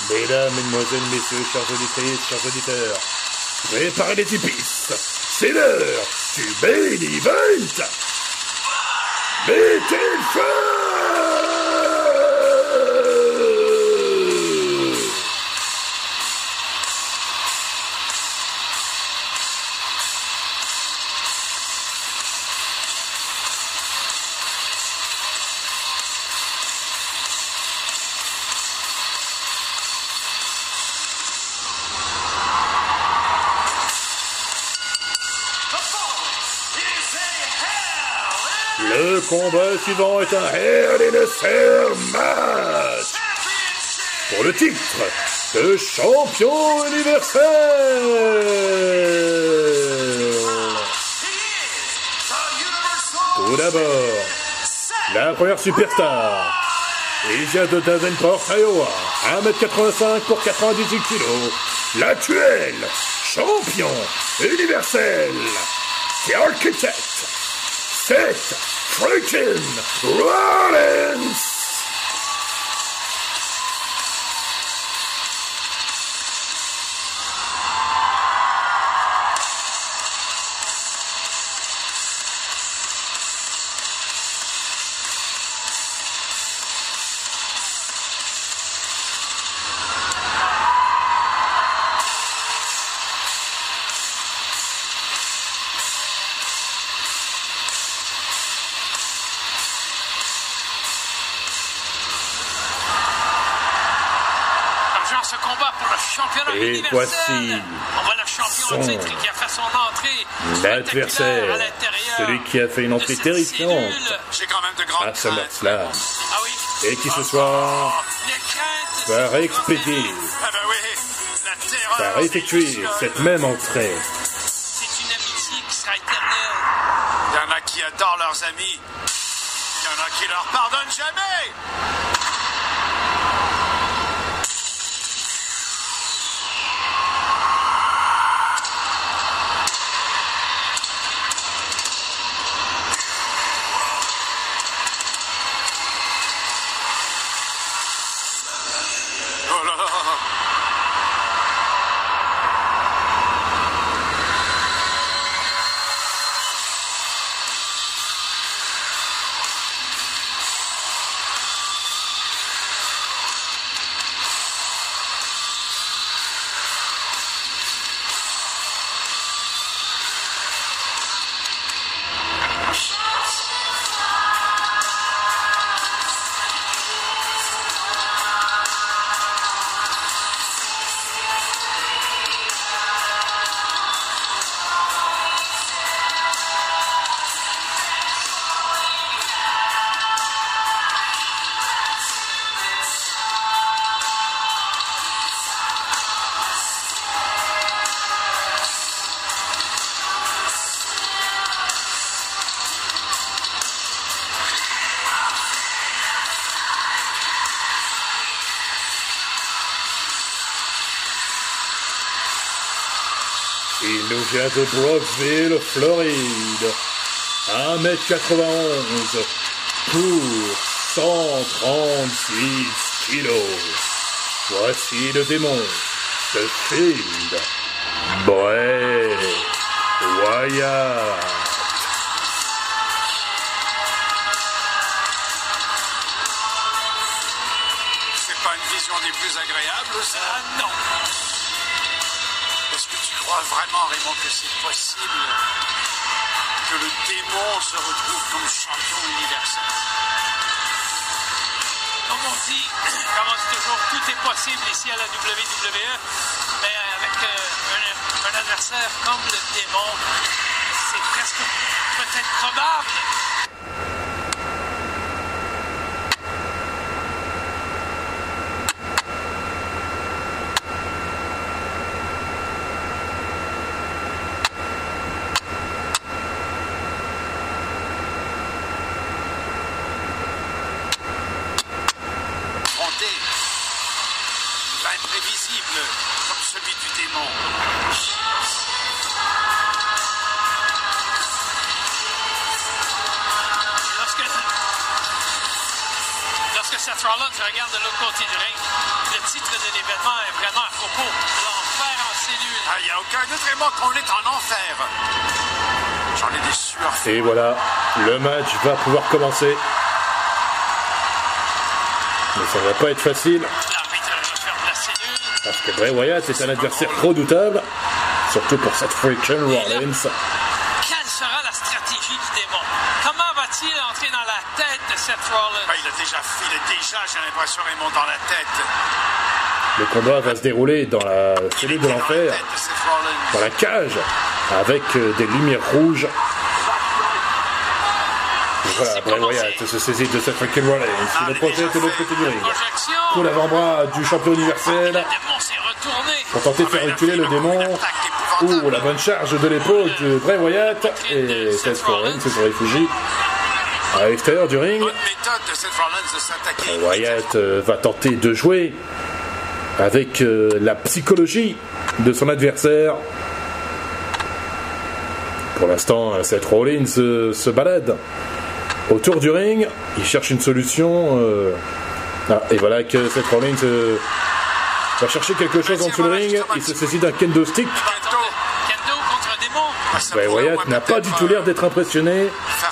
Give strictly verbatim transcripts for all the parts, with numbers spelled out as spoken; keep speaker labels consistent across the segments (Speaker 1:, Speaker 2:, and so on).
Speaker 1: Mesdames, mesdemoiselles, messieurs, chers auditrices, chers auditeurs, préparez les épices. C'est l'heure du main event. Mettez le feu! Le combat suivant est un Hell in a Cell match pour le titre de champion universel. Tout d'abord, la première superstar, Asia de Davenport, Iowa, un mètre quatre-vingt-cinq pour quatre-vingt-dix-huit kilos, l'actuel champion universel, The Architect, Seth freaking Rollins!
Speaker 2: Ce combat pour le championnat
Speaker 1: Et
Speaker 2: universel.
Speaker 1: voici
Speaker 2: On voit le champion en titre qui a fait son entrée.
Speaker 1: l'adversaire, celui qui a fait une entrée terrifiante
Speaker 2: J'ai quand même de grandes
Speaker 1: à SummerSlam
Speaker 2: Ah oui.
Speaker 1: et qui ce soir va expédier,
Speaker 2: Ah ben oui, la terreur.
Speaker 1: va effectuer cette même entrée.
Speaker 2: C'est une amitié qui sera éternelle. Il y en a qui adorent leurs amis. Il y en a qui leur pardonnent jamais. Oh là là.
Speaker 1: Il nous vient de Brooksville, Floride. un mètre quatre-vingt-onze pour cent trente-six kilos. Voici le démon, The Fiend, Bray Wyatt.
Speaker 2: C'est pas une vision des plus agréables, ça? Ah non. Est-ce que tu crois vraiment, Raymond, que c'est possible que le démon se retrouve comme champion universel? Comme on dit, comme on dit toujours, tout est possible ici à la W W E, mais avec euh, un, un adversaire comme le démon, c'est presque peut-être probable. L'imprévisible, comme celui du démon. Lorsque, lorsque Seth Rollins regarde de l'autre côté du ring, le titre de l'événement
Speaker 3: aucun doute vraiment qu'on est en enfer. J'en ai des sueurs.
Speaker 1: Et voilà, le match va pouvoir commencer. Mais ça va pas être facile. Parce que Bray Wyatt est un adversaire redoutable. Surtout pour cette freaking Rollins.
Speaker 2: Quelle sera la stratégie du démon? Comment va-t-il entrer dans la tête de Seth Rollins?
Speaker 3: Ben, il a déjà fait, il a déjà, j'ai l'impression, Raymond, dans la tête.
Speaker 1: Le combat va se dérouler dans la cellule de l'enfer, dans la cage, avec des lumières rouges. Et voilà, Bray Wyatt se saisit de cette freaking Rollins. Il le projette de l'autre côté du ring. Coup l'avant-bras du champion universel pour tenter de faire reculer le démon. Ouh, la bonne charge de l'épaule de Bray Wyatt. Et Seth Rollins se réfugie à l'extérieur du ring. Bray Wyatt va tenter de jouer avec euh, la psychologie de son adversaire. Pour l'instant, Seth Rollins euh, se balade autour du ring. Il cherche une solution. Euh... Ah, et voilà que Seth Rollins euh, va chercher quelque chose en dessous du ring. Il se saisit d'un kendo stick. Bray Wyatt n'a pas du tout l'air d'être impressionné.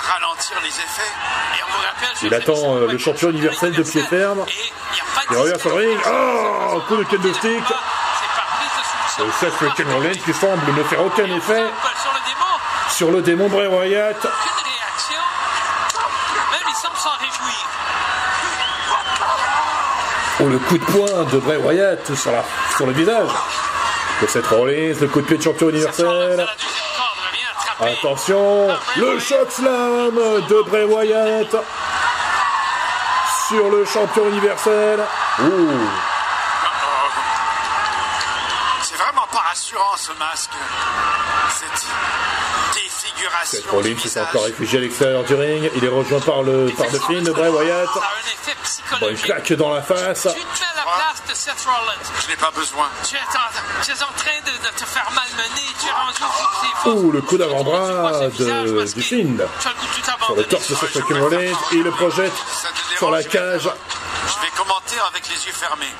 Speaker 1: Il attend euh, le champion universel de pied ferme. Il revient sur le ring. Oh, coup de kendo stick. Et Seth freaking Rollins qui semble ne faire aucun effet sur le démon Bray Wyatt. Oh, le coup de poing de Bray Wyatt sur, la, sur le visage de Seth Rollins. Le coup de pied de champion universel. Attention, le choc slam de Bray Wyatt sur le champion universel. Ouh.
Speaker 3: C'est vraiment pas rassurant ce masque. Cette défiguration.
Speaker 1: Seth Rollins est encore réfugié à l'extérieur du ring. Il est rejoint par le par de Finn de Bray Wyatt. Bon, une claque dans la face.
Speaker 2: Tu te mets à la place de Seth Rollins.
Speaker 3: Je n'ai pas besoin.
Speaker 2: Tu es en, tu es en train de, de te faire malmener. Tu es rendu au bout de tes
Speaker 1: Ouh, le coup d'avant-bras de du Finn sur le torse de Seth freaking Rollins. Et il le projette sur la cage.
Speaker 3: Je vais commenter avec les yeux fermés.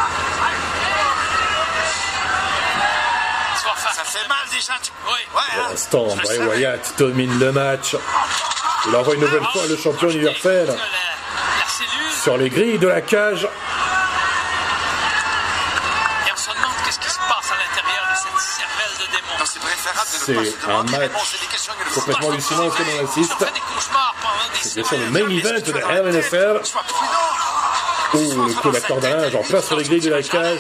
Speaker 3: Ça fait mal déjà. Tu... Oui. Ouais,
Speaker 1: pour l'instant, Bray Wyatt domine le match. Il envoie une nouvelle fois le champion universel sur les grilles de la cage.
Speaker 2: Et on se demande qu'est-ce qui se passe à l'intérieur de cette cervelle de démon.
Speaker 3: Non, c'est préférable de ne pas se
Speaker 1: C'est un
Speaker 3: demander,
Speaker 1: match
Speaker 3: Raymond,
Speaker 1: complètement hallucinant auquel on assiste. C'est bien sûr le main event de Hell in a Cell.
Speaker 3: Sois prudent.
Speaker 1: Ouh, le coup d'accord à linge en place sur les grilles de la cage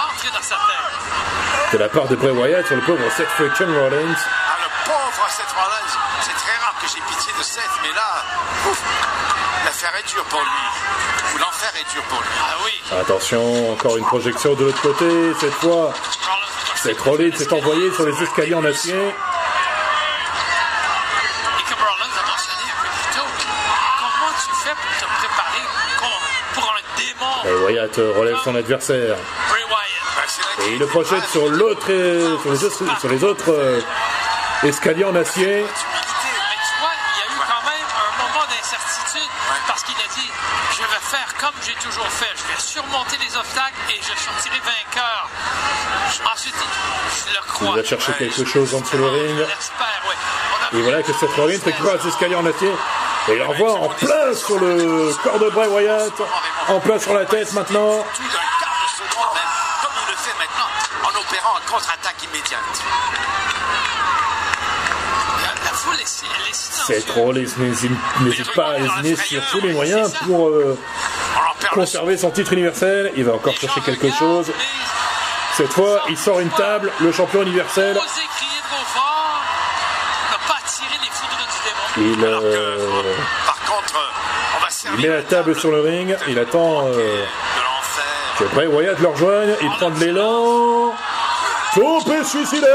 Speaker 1: de la part de Bray Wyatt sur le pauvre Seth freaking Rollins.
Speaker 3: Ah, le pauvre Seth Rollins. C'est très rare que j'ai pitié de Seth, mais là, ouf, l'affaire est dure pour lui. Ou l'enfer est dur pour lui.
Speaker 2: Ah oui.
Speaker 1: Attention, encore une projection de l'autre côté. Cette fois, Seth Rollins est envoyé sur les escaliers en acier.
Speaker 2: Et comme Rollins a mentionné un peu plus tôt, comment tu fais pour te préparer pour un démon?
Speaker 1: Bray Wyatt relève son adversaire.
Speaker 2: Bray Wyatt.
Speaker 1: Et il le projette sur l'autre, sur les autres, sur les autres euh, escaliers en acier.
Speaker 2: Mais tu vois, il y a eu quand même un moment d'incertitude parce qu'il a dit je vais faire comme j'ai toujours fait, je vais surmonter les obstacles et je sortirai vainqueur. Ensuite, je le crois.
Speaker 1: Il va chercher quelque chose en dessous le ring. Et voilà que Seth Rollins récupère les escaliers en acier. Et il envoie en plein sur le corps de Bray Wyatt. En plein sur la tête maintenant.
Speaker 3: En contre-attaque immédiate.
Speaker 2: La, la foule est, elle est silencieuse.
Speaker 1: Seth Rollins n'hésite pas à lésiner sur tous les moyens pour euh, conserver son titre universel. Il va encore chercher quelque chose. Cette fois, il sort une table, le champion universel. Il, euh,
Speaker 3: Par contre, on va
Speaker 1: il met la table sur le ring. Il attend euh, que Bray Wyatt le rejoigne. Il prend de l'élan. Tombé suicidaire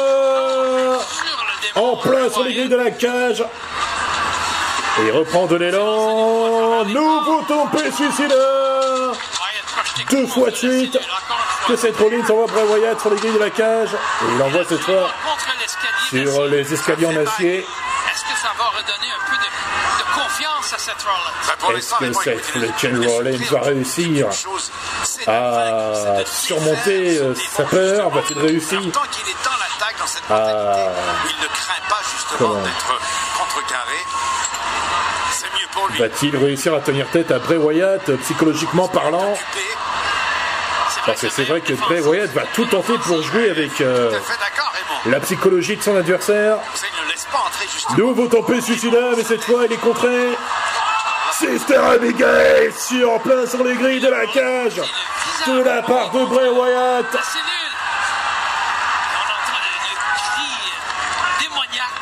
Speaker 1: en plein sur les grilles de la cage. Et il reprend de l'élan. Nouveau tombé suicidaire. Deux fois de suite que Seth Rollins envoie Bray Wyatt sur les grilles de la cage. Et il envoie cette fois sur les escaliers en acier.
Speaker 2: Est-ce que ça va redonner un peu de, de confiance à Seth Rollins?
Speaker 1: Est-ce que Seth freaking Rollins va réussir à surmonter sa peur? Va-t-il réussir
Speaker 3: dans cette
Speaker 1: Ah.
Speaker 3: mentalité où il ne craint pas justement d'être contrecarré. C'est mieux pour lui.
Speaker 1: Va-t-il réussir à tenir tête à Bray Wyatt, psychologiquement parlant?
Speaker 3: Occupé.
Speaker 1: Parce que c'est vrai que Bray Wyatt va tout tenter pour jouer avec euh,
Speaker 3: Tout à fait d'accord, Raymond.
Speaker 1: la psychologie de son adversaire.
Speaker 3: Ça, il ne laisse pas entrer justement.
Speaker 1: Nouveau tempête suicidaire, mais cette fois il est contré. Sister Abigail sur en plein sur les grilles de la cage de la part de Bray Wyatt.
Speaker 2: C'est nul. On entend le, le cri euh, démoniaque.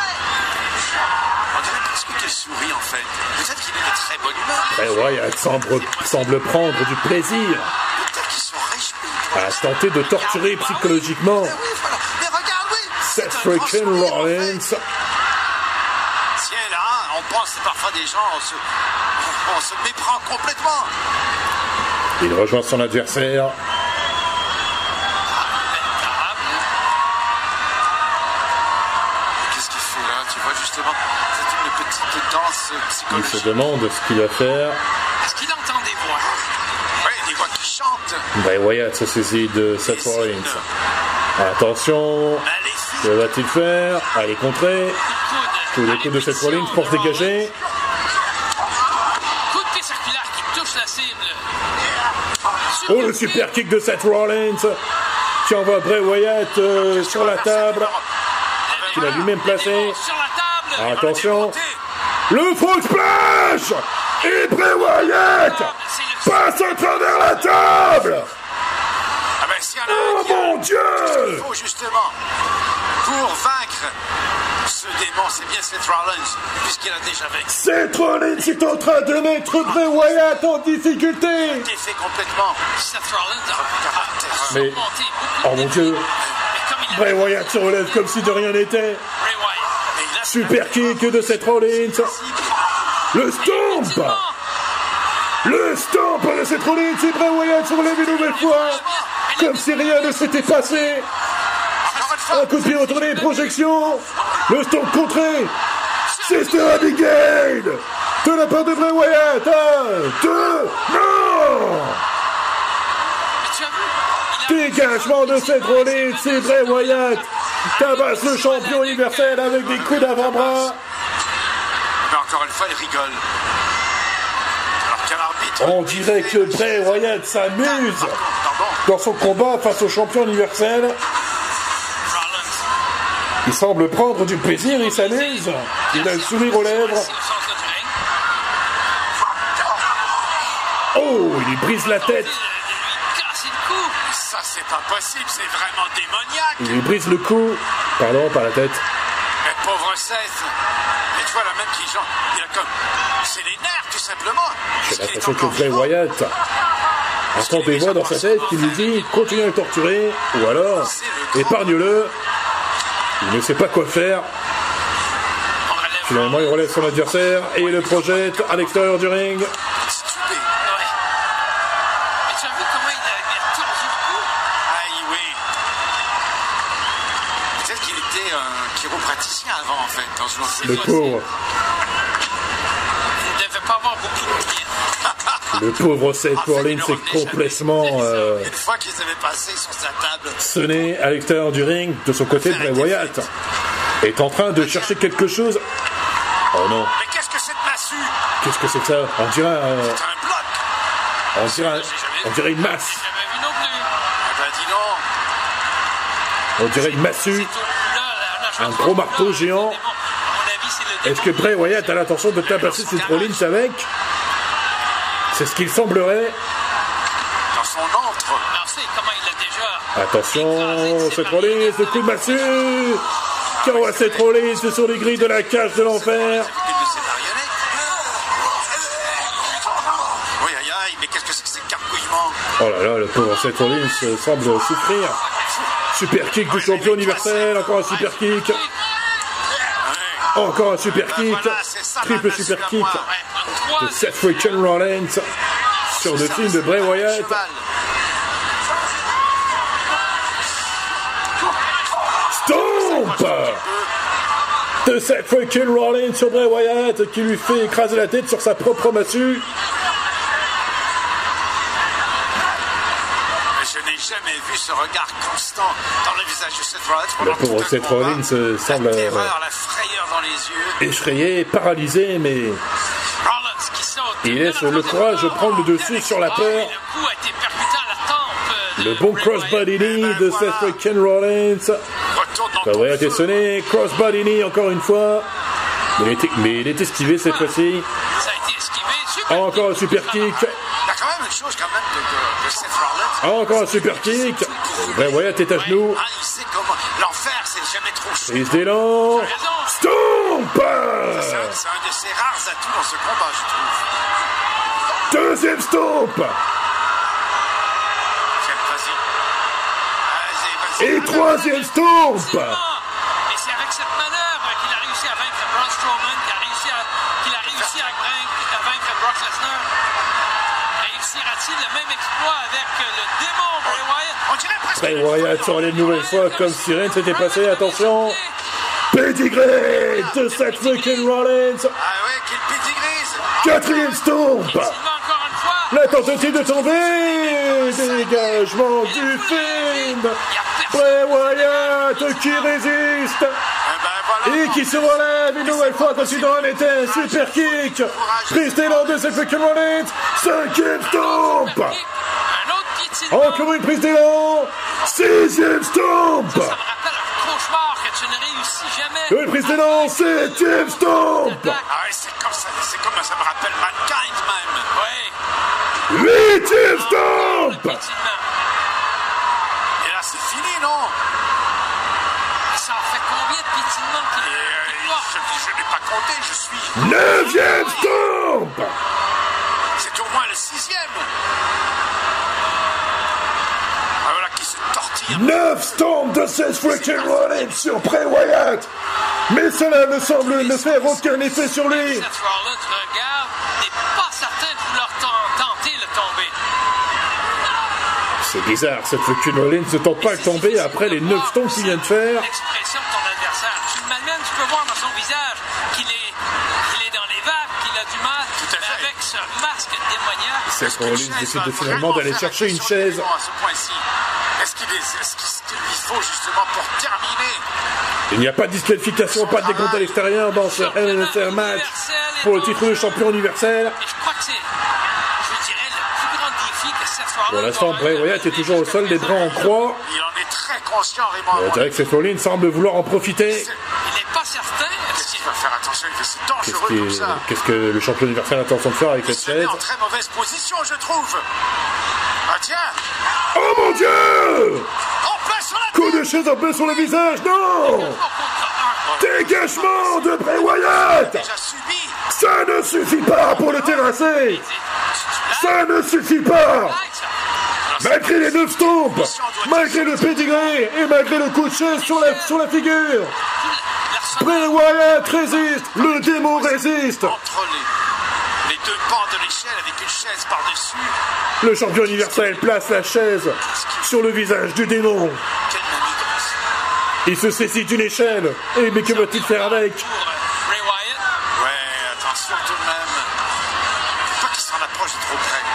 Speaker 3: On dirait presque qu'il sourit en fait. Peut-être qu'il est de très bonne humeur.
Speaker 1: Bray Wyatt semble, semble prendre du plaisir
Speaker 3: Peut-être qu'ils sont réjouis.
Speaker 1: à tenter de torturer psychologiquement
Speaker 3: Mais oui, voilà. Mais regarde, oui.
Speaker 1: Seth
Speaker 3: C'est un grand
Speaker 1: freaking
Speaker 3: sourire, en fait.
Speaker 1: Rollins.
Speaker 3: Tiens là, on pense parfois des gens, on se, on se méprend complètement.
Speaker 1: Il rejoint son adversaire.
Speaker 3: Qu'est-ce qu'il fait là? Tu vois justement, c'est une petite danse
Speaker 1: Il
Speaker 3: psychologique.
Speaker 1: se demande ce qu'il va faire.
Speaker 2: Est-ce qu'il entend des voix?
Speaker 3: Oui, des voix qui chantent.
Speaker 1: Bray Wyatt se saisit de Seth Rollins. Attention, que va-t-il faire? Allez, contrer. Tous les coups de Seth Rollins pour se dégager.
Speaker 2: Coup de pied circulaire qui touche la cible. Sur
Speaker 1: Oh, le super kick de Seth Rollins qui envoie Bray Wyatt euh, sur la table. qu'il a lui-même placé.
Speaker 2: Sur la table.
Speaker 1: Attention. Le frog splash. Et Bray Wyatt passe à travers la table.
Speaker 3: Ah ben, s'il y en a
Speaker 1: Oh
Speaker 3: un qui a-
Speaker 1: mon Dieu.
Speaker 3: Il faut justement, pour vaincre ce démon, c'est bien Seth Rollins, puisqu'il a déjà vaincu.
Speaker 1: Seth Rollins est en train de mettre Bray Wyatt en difficulté.
Speaker 3: Il est fait complètement.
Speaker 2: Seth Rollins a
Speaker 1: Mais,
Speaker 2: surmonté
Speaker 1: oh
Speaker 2: beaucoup
Speaker 1: mon
Speaker 2: de
Speaker 1: Dieu,
Speaker 2: défis. Mais comme il a
Speaker 1: Bray Wyatt se relève comme si de rien n'était.
Speaker 2: Bray Wyatt.
Speaker 3: Mais là,
Speaker 1: Super kick de Seth Rollins. Le stomp. Le stomp de Seth Rollins et Bray Wyatt se relève une nouvelle fois. Comme si rien ne s'était passé.
Speaker 3: encore une fois,
Speaker 1: Un coup de pied retourné, projection. Le stomp contré. Sister Abigail. De la part de Bray Wyatt. Un, deux, non.
Speaker 2: Mais tu as vu? Il a-
Speaker 1: Dégagement de Seth Rollins et Bray Wyatt tabasse le champion universel avec des coups d'avant-bras.
Speaker 3: mais encore une fois, il rigole. Alors quel arbitre?
Speaker 1: On dirait que Bray Wyatt s'amuse
Speaker 3: Pardon.
Speaker 1: dans son combat face au champion universel.
Speaker 2: Rollins.
Speaker 1: Il semble prendre du plaisir, il s'amuse. Il a le sourire aux lèvres.
Speaker 2: Ici, au centre du ring.
Speaker 1: Oh, il lui brise la tête.
Speaker 2: De lui casser le cou.
Speaker 3: Ça, c'est pas possible, c'est vraiment démoniaque.
Speaker 1: Il lui brise le cou. Pardon, pas la tête.
Speaker 3: Mais pauvre Seth. Et tu vois là même qu'il genre, il a comme. C'est les nerfs, tout simplement.
Speaker 1: J'ai
Speaker 3: Parce qu'il est
Speaker 1: l'impression que
Speaker 3: encore
Speaker 1: Bray
Speaker 3: vivant.
Speaker 1: Wyatt entend des voix dans sa tête qui lui dit continue à le torturer ou alors épargne-le. Il ne sait pas quoi faire.
Speaker 2: On relève.
Speaker 1: Finalement, il relève son adversaire et il le projette à l'extérieur du ring.
Speaker 3: Stupé.
Speaker 2: Ouais. Mais tu as vu comment il a, il a tordu le cou?
Speaker 3: Aïe, oui. Peut-être qu'il était un chiropraticien avant, en fait, dans une autre
Speaker 1: Le
Speaker 3: vie.
Speaker 1: pauvre,
Speaker 2: Il ne devait pas avoir beaucoup de pieds.
Speaker 1: le pauvre Seth Rollins est complètement euh,
Speaker 3: Une fois qu'ils avaient passé sur sa table,
Speaker 1: sonné à l'extérieur du ring. De son côté, Bray Wyatt est en train de chercher quelque chose. Oh non,
Speaker 3: mais qu'est-ce que cette massue?
Speaker 1: qu'est-ce que c'est que ça? On dirait, un-
Speaker 3: C'est un bloc.
Speaker 1: on dirait, un- on dirait une masse.
Speaker 2: J'ai jamais vu non plus.
Speaker 3: Eh ben, dis donc.
Speaker 1: On dirait une massue.
Speaker 2: C'est tout- là, là, là, je
Speaker 1: Un
Speaker 2: me
Speaker 1: gros
Speaker 2: trompe
Speaker 1: marteau
Speaker 2: pas,
Speaker 1: géant.
Speaker 2: c'est le démon. À mon avis, c'est le
Speaker 1: Est-ce que
Speaker 2: démon.
Speaker 1: Bray Wyatt a l'intention de tabasser Seth Rollins avec? C'est ce qu'il semblerait.
Speaker 3: Dans son antre.
Speaker 2: On sait comment il a déjà.
Speaker 1: Attention, Seth Rollins, le coup de massue qui envoie Seth Rollins sur les grilles de la cage de l'enfer.
Speaker 3: Une de ses marionnettes. Oui, aïe, aïe, mais qu'est-ce que c'est que ces gargouillements?
Speaker 1: Oh là là, le pauvre Seth Rollins euh, semble souffrir. Super kick du champion universel, encore un super kick. Encore un super kick. Triple super kick de Seth freaking Rollins sur le film de Bray Wyatt.
Speaker 3: Cheval.
Speaker 1: Stomp de Seth freaking Rollins sur Bray Wyatt qui lui fait écraser la tête sur sa propre massue.
Speaker 3: Mais je n'ai jamais vu ce regard constant dans le visage de Seth Rollins.
Speaker 1: Le pauvre Seth Rollins se semble
Speaker 3: la terreur, la frayeur dans les yeux.
Speaker 1: Effrayé, paralysé, mais
Speaker 2: Rollins qui saute.
Speaker 1: il laisse le courage prendre le dessus sur la peur.
Speaker 2: Le coup a été percuté à la tempe.
Speaker 1: Le bon crossbody knee de Seth freaking Rollins.
Speaker 3: Retourne dans
Speaker 1: Ça
Speaker 3: ton
Speaker 1: aurait été
Speaker 3: feu.
Speaker 1: sonné. Crossbody knee encore une fois. Mais il était, mais il est esquivé cette fois-ci.
Speaker 2: Ça a été esquivé. Super
Speaker 1: Encore un super kick.
Speaker 3: Il y a quand même une chose quand même de, de, de Seth Rollins.
Speaker 1: Encore un super kick. Bray Wyatt est à genoux.
Speaker 3: Ah, il sait comment. L'enfer, c'est jamais trop chaud.
Speaker 1: Prise d'élan. Stomp.
Speaker 3: C'est un, c'est un de ses rares atouts dans ce combat, je trouve.
Speaker 1: Deuxième stomp.
Speaker 3: Tiens, vas-y. Vas-y, vas-y.
Speaker 1: Et troisième stomp.
Speaker 2: Et c'est avec cette manœuvre qu'il a réussi à vaincre Braun Strowman, qu'il a réussi à, qu'il a réussi à vaincre, à vaincre Brock Lesnar. Réussira-t-il le même exploit avec le démon Bray Wyatt?
Speaker 3: On dirait presque.
Speaker 1: Bray Wyatt sur les nouvelles fois comme si rien ne s'était passé. Attention. Pedigree de Seth freaking Rollins.
Speaker 3: Ah ouais, quel pédigré.
Speaker 1: Quatrième stomp.
Speaker 2: Il va encore une fois.
Speaker 1: La tentative de tomber. Dégagement du film. Bray Wyatt qui résiste.
Speaker 3: Eh ben voilà.
Speaker 1: Et qui se relève une nouvelle fois considérant un était super kick. Prise d'élan de Seth freaking Rollins. Cinquième stomp.
Speaker 2: Un autre piétinement.
Speaker 1: Encore une prise d'élan. Sixième stomp.
Speaker 2: Ça me rappelle un cauchemar que tu ne réussis jamais.
Speaker 1: Une prise d'élan. Septième stomp.
Speaker 3: Ah ouais, c'est comme ça, c'est comme ça me rappelle Mankind même.
Speaker 2: Oui.
Speaker 1: Huitième stomp.
Speaker 2: Piétinement.
Speaker 3: Et là, c'est fini, non?
Speaker 2: Ça en fait combien de piétinements qu'il
Speaker 3: Et, euh,
Speaker 2: qu'il porte?
Speaker 3: je, je n'ai pas compté, je suis.
Speaker 1: Neuvième stomp.
Speaker 3: C'est au moins le sixième. Ah voilà qui se tortille.
Speaker 1: Neuf stomps de Seth freaking Rollins sur Bray Wyatt. Mais cela ne semble ne faire aucun effet sur lui.
Speaker 2: Seth Rollins regarde, n'est pas certain de vouloir ten- tenter le tomber.
Speaker 1: C'est bizarre, Seth freaking Rollins ne tente pas le tomber après les neuf stomps qu'il vient de faire.
Speaker 2: L'expression de ton adversaire. Tu le malmènes, tu peux voir dans son visage qu'il est, qu'il est dans les vapes, qu'il a du mal.
Speaker 3: Tout à
Speaker 2: mais
Speaker 3: fait.
Speaker 2: avec ce masque démoniaque.
Speaker 1: Seth Rollins décide de finalement d'aller chercher une chaise.
Speaker 3: À ce point-ci. Est-ce qu'il est, est-ce qu'il lui faut justement pour terminer?
Speaker 1: Il n'y a pas de disqualification, pas de décompte à l'extérieur dans ce Hell in a Cell match pour le titre de champion universel.
Speaker 2: Et je crois que c'est, je dirais, le plus grand défi que Seth Rollins.
Speaker 1: Pour l'instant, Bray Wyatt est toujours au sol, les bras en croix.
Speaker 3: Il en est très conscient, Raymond.
Speaker 1: On dirait que Seth Rollins semble vouloir en profiter.
Speaker 2: Il n'est pas certain.
Speaker 3: Qu'est-ce qu'il va faire? Attention, il fait c'est
Speaker 1: Qu'est-ce
Speaker 3: dangereux
Speaker 1: qui
Speaker 3: comme
Speaker 1: est-
Speaker 3: ça.
Speaker 1: qu'est-ce que le champion universel a l'intention de faire avec
Speaker 3: Il
Speaker 1: cette
Speaker 3: se met
Speaker 1: chaise?
Speaker 3: en très mauvaise position, je trouve. Ah tiens,
Speaker 1: Oh mon Dieu!
Speaker 3: en place sur la
Speaker 1: Coup de chaise en plein sur le visage, non! Dégagement de Bray Wyatt!
Speaker 3: déjà subi.
Speaker 1: Ça ne suffit pas pour le terrasser! Ça ne suffit pas! Malgré les neuf stomps, malgré le pedigree et malgré le coup de chaise sur la, sur la figure, Bray Wyatt résiste, le démon résiste.
Speaker 3: Entre les, les deux pans de l'échelle avec une chaise par-dessus.
Speaker 1: Le champion universel place la chaise sur le visage du démon.
Speaker 3: Quelle manigance.
Speaker 1: Il se saisit d'une échelle. Et mais que va-t-il faire avec?
Speaker 2: Pour euh, Bray Wyatt.
Speaker 3: Ouais, attention tout de même. Faut pas qu'il s'en approche de trop près.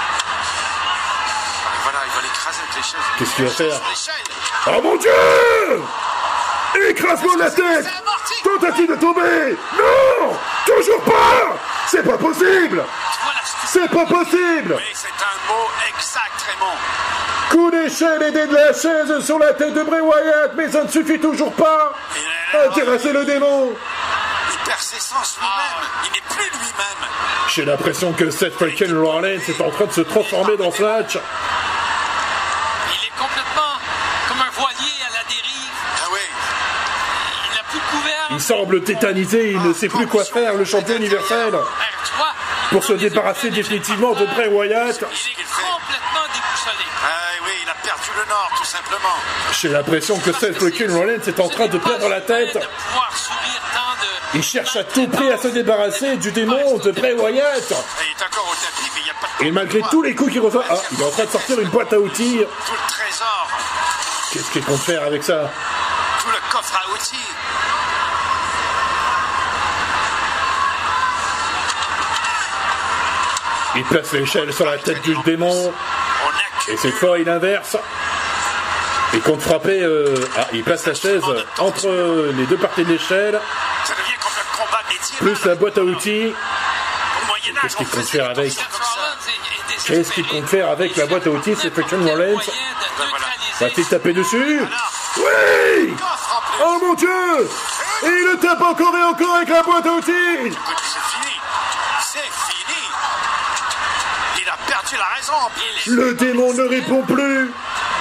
Speaker 3: Et voilà, il va l'écraser avec l'échelle.
Speaker 1: Qu'est-ce qu'il va faire?
Speaker 3: Sur l'échelle.
Speaker 1: Oh mon Dieu! Écrase-moi la tête! Tentative de tomber! Non! Toujours pas! C'est pas possible!
Speaker 2: Tu vois la
Speaker 1: C'est pas possible!
Speaker 3: Oui, c'est un mot exact, Raymond.
Speaker 1: Coup d'échelle aidé de la chaise sur la tête de Bray Wyatt, mais ça ne suffit toujours pas à terrasser le démon.
Speaker 3: Il perd ses sens lui-même. Il n'est plus lui-même.
Speaker 1: J'ai l'impression que Seth freaking Rollins est en train de se transformer dans ce match.
Speaker 2: Il est complètement comme un voilier à la dérive.
Speaker 3: Ah oui.
Speaker 2: Il n'a plus de couvercle.
Speaker 1: Il semble tétanisé, il ne sait plus quoi faire, le champion universel.
Speaker 2: Alors, tu vois,
Speaker 1: Pour se débarrasser définitivement de Bray Wyatt,
Speaker 2: il est complètement déboussolé.
Speaker 3: Ah oui, il a perdu le nord, tout simplement.
Speaker 1: j'ai l'impression que Seth freaking Rollins est en train de perdre la tête.
Speaker 2: De pouvoir subir tant de...
Speaker 1: Il cherche à tout prix à se débarrasser du démon de Bray Wyatt.
Speaker 3: Et il est encore au tapis, mais il n'y a pas de...
Speaker 1: Et malgré tous les coups qu'il reçoit... Ah, il est en train de sortir une boîte à outils.
Speaker 3: Tout le trésor,
Speaker 1: Qu'est-ce qu'il compte faire avec ça?
Speaker 3: tout le coffre à outils.
Speaker 1: Il place l'échelle sur la tête du démon.
Speaker 3: On accumule
Speaker 1: Et cette fois, il inverse. Il compte frapper. Euh... Ah, il place la chaise entre les deux parties de l'échelle.
Speaker 3: Ça devient comme un combat médiéval.
Speaker 1: Plus la boîte à outils.
Speaker 3: Au Moyen-Âge,
Speaker 1: Qu'est-ce qu'il
Speaker 3: on
Speaker 1: compte
Speaker 3: faisait
Speaker 1: faire
Speaker 3: des
Speaker 1: avec
Speaker 3: torsions comme ça.
Speaker 1: Qu'est-ce qu'il compte faire avec la boîte à outils, c'est Seth Freaking Rollins? Va-t-il taper dessus? Oui! Oh mon Dieu! Et il le tape encore et encore avec la boîte à outils!
Speaker 3: Écoute, c'est fini. C'est fini. Il a perdu la raison.
Speaker 1: Le démon ne répond plus.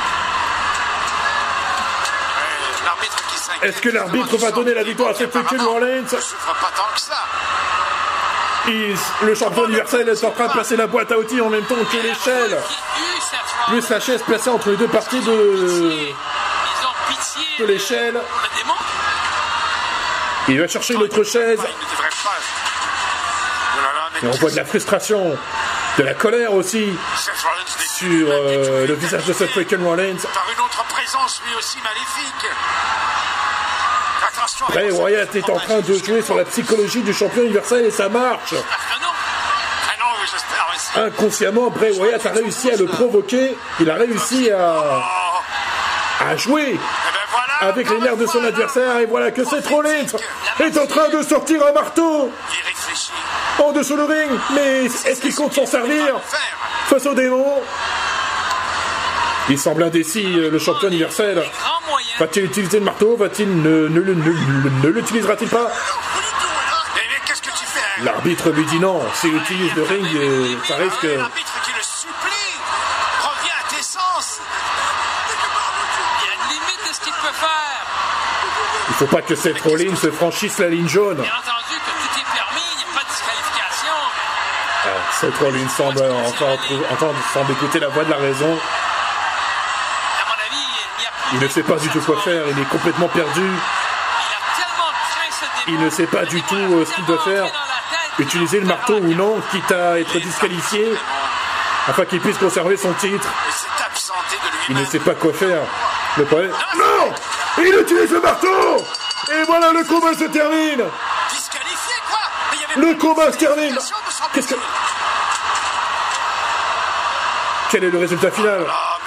Speaker 1: Est-ce que l'arbitre va donner la victoire à Seth Freaking Rollins?
Speaker 3: Je souffre pas tant que ça.
Speaker 1: Il, le champion universel est en train de placer la boîte à outils en même temps que l'échelle. Plus la chaise placée entre les deux parties de, de l'échelle. Il va chercher une autre chaise. Et on voit de la frustration, de la colère aussi sur euh, le visage de Seth Freaking Rollins.
Speaker 3: Par une autre présence lui aussi maléfique.
Speaker 1: Bray Wyatt est en train de jouer sur la psychologie du champion universel et ça marche. Inconsciemment, Bray Wyatt a réussi à le provoquer. Il a réussi à, à jouer avec les nerfs de son adversaire. Et voilà que Seth Rollins est en train de sortir un marteau en dessous du ring. Mais est-ce qu'il compte s'en servir face au démon? Il semble indécis, le champion universel. Va-t-il utiliser le marteau? Va-t-il ne, ne, ne, ne, ne l'utilisera-t-il pas? L'arbitre lui dit non. S'il utilise le ring, ça risque.
Speaker 3: L'arbitre qui le supplie. Reviens à tes sens.
Speaker 2: Il y a une limite de ce qu'il peut faire.
Speaker 1: Il ne faut pas que Seth Rollins se franchisse la ligne jaune.
Speaker 2: Bien entendu que tout est permis, il n'y a pas de disqualification.
Speaker 1: Ah, Seth Rollins semble enfin entendre, semble écouter la voix de la raison. Il ne sait pas du tout quoi faire, il est complètement perdu. Il ne sait pas du tout euh, ce qu'il doit faire. Utiliser le marteau ou non, quitte à être disqualifié, afin qu'il puisse conserver son titre. Il ne sait pas quoi faire. Le problème... Non! Il utilise le marteau! Et voilà, le combat se termine! Le combat se termine! Qu'est-ce que... Quel est le résultat final?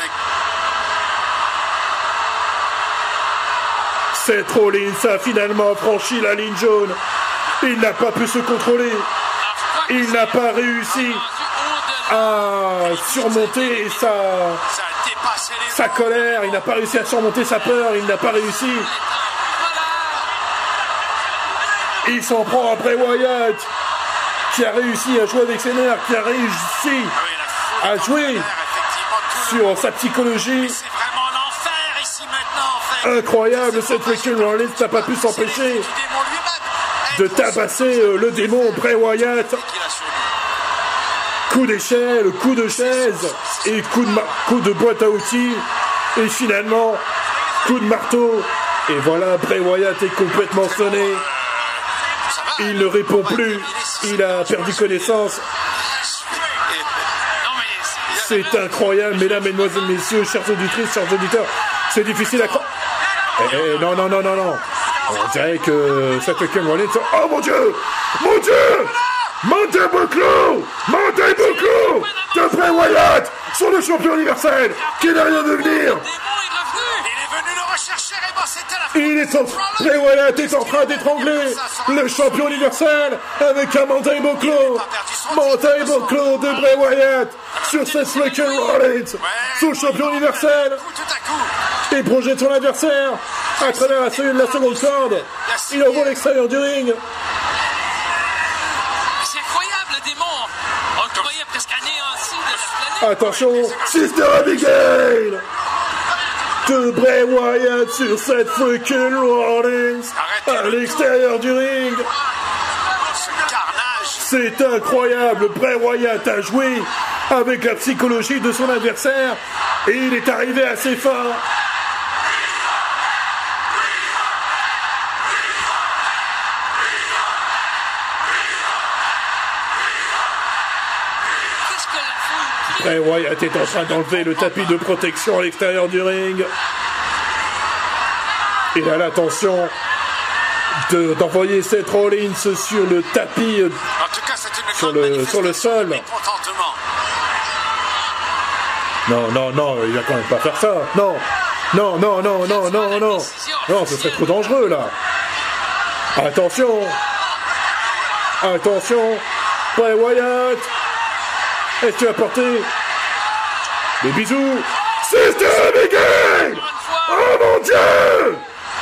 Speaker 1: Seth Rollins a finalement franchi la ligne jaune. Il n'a pas pu se contrôler. Il n'a pas réussi à surmonter sa, sa colère. Il n'a pas réussi à surmonter sa peur. Il n'a pas réussi. Il s'en prend à Bray Wyatt, qui a réussi à jouer avec ses nerfs, qui a réussi à jouer sur sa psychologie. Incroyable, Seth Freaking Rollins n'a pas pu s'empêcher de tabasser euh, le démon Bray Wyatt. Coup d'échelle, coup de chaise et coup de, coup de boîte à outils. Et finalement, coup de marteau. Et voilà, Bray Wyatt est complètement sonné. Il ne répond plus. Il a perdu connaissance. C'est incroyable, mesdames, mesdemoiselles, messieurs, chers auditrices, chers auditeurs. C'est difficile à croire. Eh, eh, non, non, non, non, non. On dirait que Seth Freaking Rollins... Oh mon Dieu! Mon Dieu! Montez Boclo! Montez Boclo! De Bray Wyatt sur le champion universel qui n'a rien de venir! Il est en... Bray Wyatt est en train d'étrangler le champion universel avec un Montez Boclo! Montez Boclo de Bray Wyatt sur Seth Freaking Rollins, son champion universel! Il projette son adversaire à travers la, la seconde corde. Il envoie l'extérieur du ring.
Speaker 2: C'est incroyable, le démon. On le croyait presque anéanci de la planète.
Speaker 1: Attention, Sister Abigail de Bray Wyatt sur Seth Freaking Rollins à l'extérieur du ring. C'est incroyable. Bray Wyatt a joué avec la psychologie de son adversaire et il est arrivé à ses fins. Bray Wyatt est en train d'enlever le tapis de protection à l'extérieur du ring. Il a l'intention de, d'envoyer Seth Rollins sur le tapis,
Speaker 3: en tout cas, c'est une
Speaker 1: sur, le, sur le sol. Non, non, non, il va quand même pas faire ça. Non, Non, non, non, non, non, non. Non, ce serait trop dangereux, là. Attention. Attention. Bray Wyatt. Est-ce que tu vas porter des bisous? System again. Oh mon Dieu.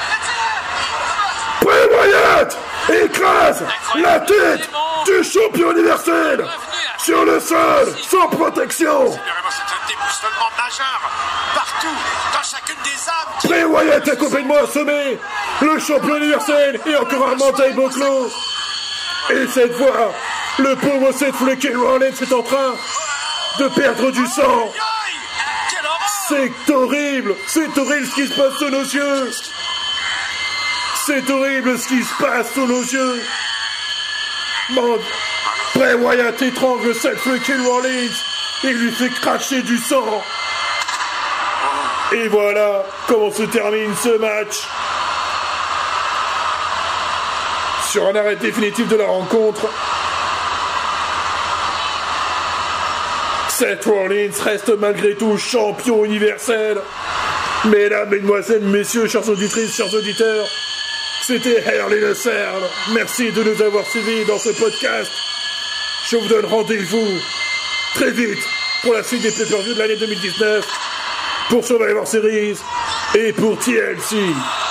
Speaker 1: Bray Wyatt écrase la tête du champion universel sur le sol, sans protection.
Speaker 3: C'est un déboussolement majeur, partout, dans chacune des âmes.
Speaker 1: Bray Wyatt a complètement assommé le champion universel et encore un mental boclo. Et cette fois, le pauvre Seth Freaking Rollins est en train de perdre du sang. C'est horrible, c'est horrible ce qui se passe sous nos yeux. C'est horrible ce qui se passe sous nos yeux. Mon... Bray Wyatt étrangle Seth Freaking Rollins et lui fait cracher du sang. Et voilà comment se termine ce match. Sur un arrêt définitif de la rencontre, Seth Rollins reste malgré tout champion universel. Mesdames, mesdemoiselles, messieurs, chers auditrices, chers auditeurs, c'était Hell in a Cell. Merci de nous avoir suivis dans ce podcast. Je vous donne rendez-vous très vite pour la suite des pay-per-views de l'année deux mille dix-neuf, pour Survivor Series et pour T L C.